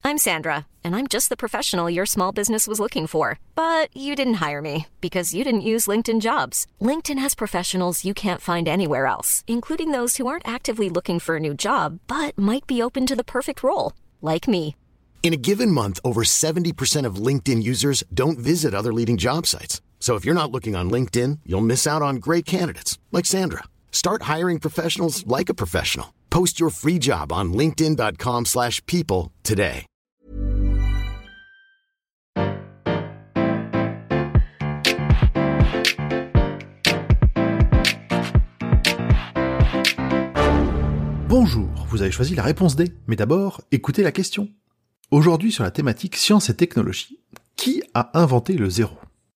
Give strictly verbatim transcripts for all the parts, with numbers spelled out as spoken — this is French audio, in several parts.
I'm Sandra, and I'm just the professional your small business was looking for. But you didn't hire me because you didn't use LinkedIn Jobs. LinkedIn has professionals you can't find anywhere else, including those who aren't actively looking for a new job, but might be open to the perfect role, like me. In a given month, over seventy percent of LinkedIn users don't visit other leading job sites. So if you're not looking on LinkedIn, you'll miss out on great candidates like Sandra. Start hiring professionals like a professional. Post your free job on linkedin.com slash people today. Bonjour, vous avez choisi la réponse D, mais d'abord, écoutez la question. Aujourd'hui sur la thématique sciences et technologie, qui a inventé le zéro ?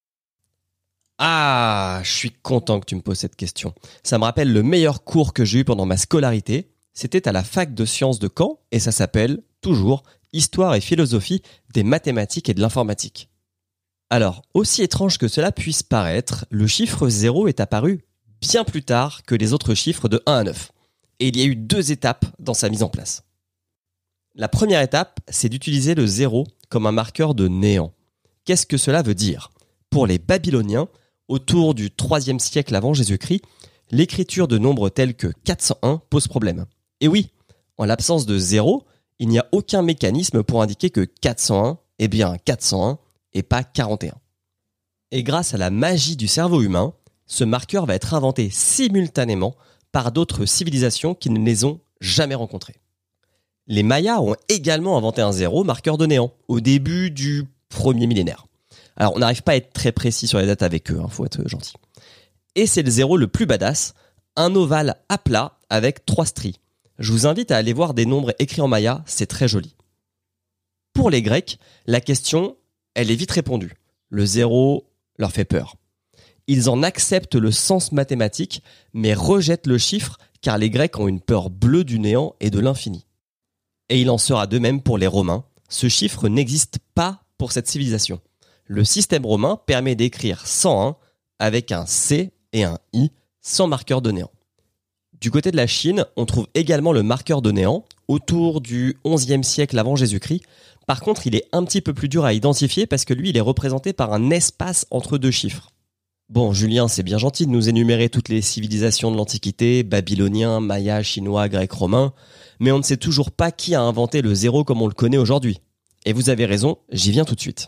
Ah, je suis content que tu me poses cette question. Ça me rappelle le meilleur cours que j'ai eu pendant ma scolarité. C'était à la fac de sciences de Caen et ça s'appelle, toujours, Histoire et philosophie des mathématiques et de l'informatique. Alors, aussi étrange que cela puisse paraître, le chiffre zéro est apparu bien plus tard que les autres chiffres de un à neuf. Et il y a eu deux étapes dans sa mise en place. La première étape, c'est d'utiliser le zéro comme un marqueur de néant. Qu'est-ce que cela veut dire ? Pour les Babyloniens, autour du troisième siècle avant Jésus-Christ, l'écriture de nombres tels que quatre cent un pose problème. Et oui, en l'absence de zéro, il n'y a aucun mécanisme pour indiquer que quatre cent un est bien quatre cent un et pas quarante et un. Et grâce à la magie du cerveau humain, ce marqueur va être inventé simultanément par d'autres civilisations qui ne les ont jamais rencontrées. Les Mayas ont également inventé un zéro, marqueur de néant, au début du premier millénaire. Alors, on n'arrive pas à être très précis sur les dates avec eux, hein, faut être gentil. Et c'est le zéro le plus badass, un ovale à plat avec trois stries. Je vous invite à aller voir des nombres écrits en maya, c'est très joli. Pour les Grecs, la question, elle est vite répondue. Le zéro leur fait peur. Ils en acceptent le sens mathématique, mais rejettent le chiffre, car les Grecs ont une peur bleue du néant et de l'infini. Et il en sera de même pour les Romains. Ce chiffre n'existe pas pour cette civilisation. Le système romain permet d'écrire cent un avec un C et un I sans marqueur de néant. Du côté de la Chine, on trouve également le marqueur de néant autour du onzième siècle avant Jésus-Christ. Par contre, il est un petit peu plus dur à identifier parce que lui, il est représenté par un espace entre deux chiffres. Bon, Julien, c'est bien gentil de nous énumérer toutes les civilisations de l'Antiquité, babyloniens, mayas, chinois, grecs, romains, mais on ne sait toujours pas qui a inventé le zéro comme on le connaît aujourd'hui. Et vous avez raison, j'y viens tout de suite.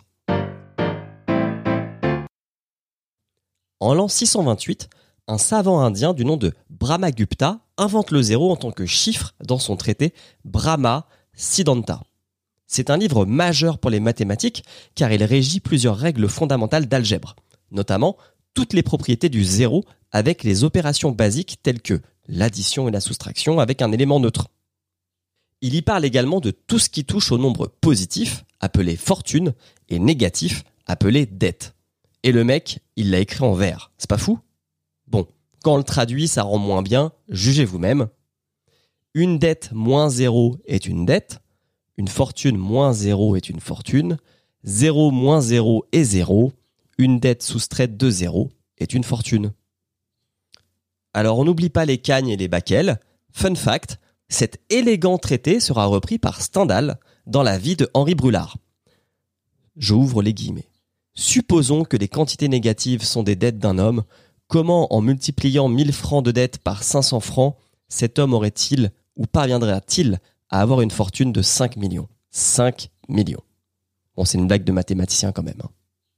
En l'an six cent vingt-huit, un savant indien du nom de Brahmagupta invente le zéro en tant que chiffre dans son traité Brahma Siddhanta. C'est un livre majeur pour les mathématiques car il régit plusieurs règles fondamentales d'algèbre, notamment toutes les propriétés du zéro avec les opérations basiques telles que l'addition et la soustraction avec un élément neutre. Il y parle également de tout ce qui touche au nombre positif, appelé fortune, et négatif, appelé dette. Et le mec, il l'a écrit en vers. C'est pas fou ? Bon, quand on le traduit, ça rend moins bien, jugez vous-même. Une dette moins zéro est une dette, une fortune moins zéro est une fortune, zéro moins zéro est zéro, une dette soustraite de zéro est une fortune. Alors on n'oublie pas les cagnes et les baquelles. Fun fact, cet élégant traité sera repris par Stendhal dans la vie de Henri Brulard. J'ouvre les guillemets. Supposons que les quantités négatives sont des dettes d'un homme. Comment, en multipliant mille francs de dette par cinq cents francs, cet homme aurait-il ou parviendrait-il à avoir une fortune de cinq millions ? cinq millions. Bon, c'est une blague de mathématicien quand même. Hein.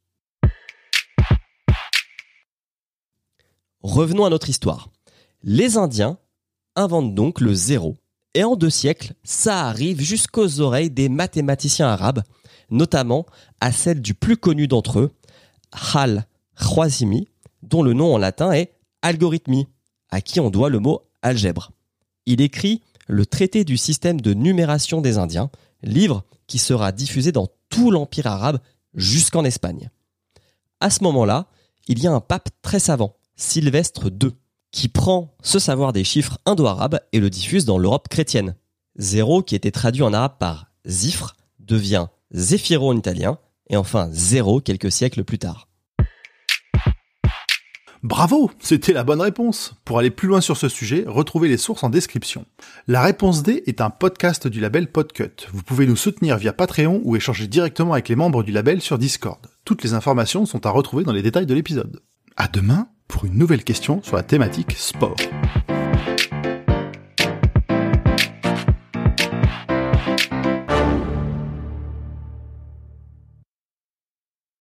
Revenons à notre histoire. Les Indiens inventent donc le zéro. Et en deux siècles, ça arrive jusqu'aux oreilles des mathématiciens arabes, notamment à celle du plus connu d'entre eux, Al-Khwarizmi, dont le nom en latin est algorithmie, à qui on doit le mot algèbre. Il écrit le traité du système de numération des Indiens, livre qui sera diffusé dans tout l'Empire arabe jusqu'en Espagne. À ce moment-là, il y a un pape très savant, Sylvestre deux, qui prend ce savoir des chiffres indo-arabes et le diffuse dans l'Europe chrétienne. Zéro, qui était traduit en arabe par Zifre, devient Zéphiro en italien, et enfin zéro quelques siècles plus tard. Bravo, c'était la bonne réponse. Pour aller plus loin sur ce sujet, retrouvez les sources en description. La réponse D est un podcast du label Podcut. Vous pouvez nous soutenir via Patreon ou échanger directement avec les membres du label sur Discord. Toutes les informations sont à retrouver dans les détails de l'épisode. À demain pour une nouvelle question sur la thématique sport.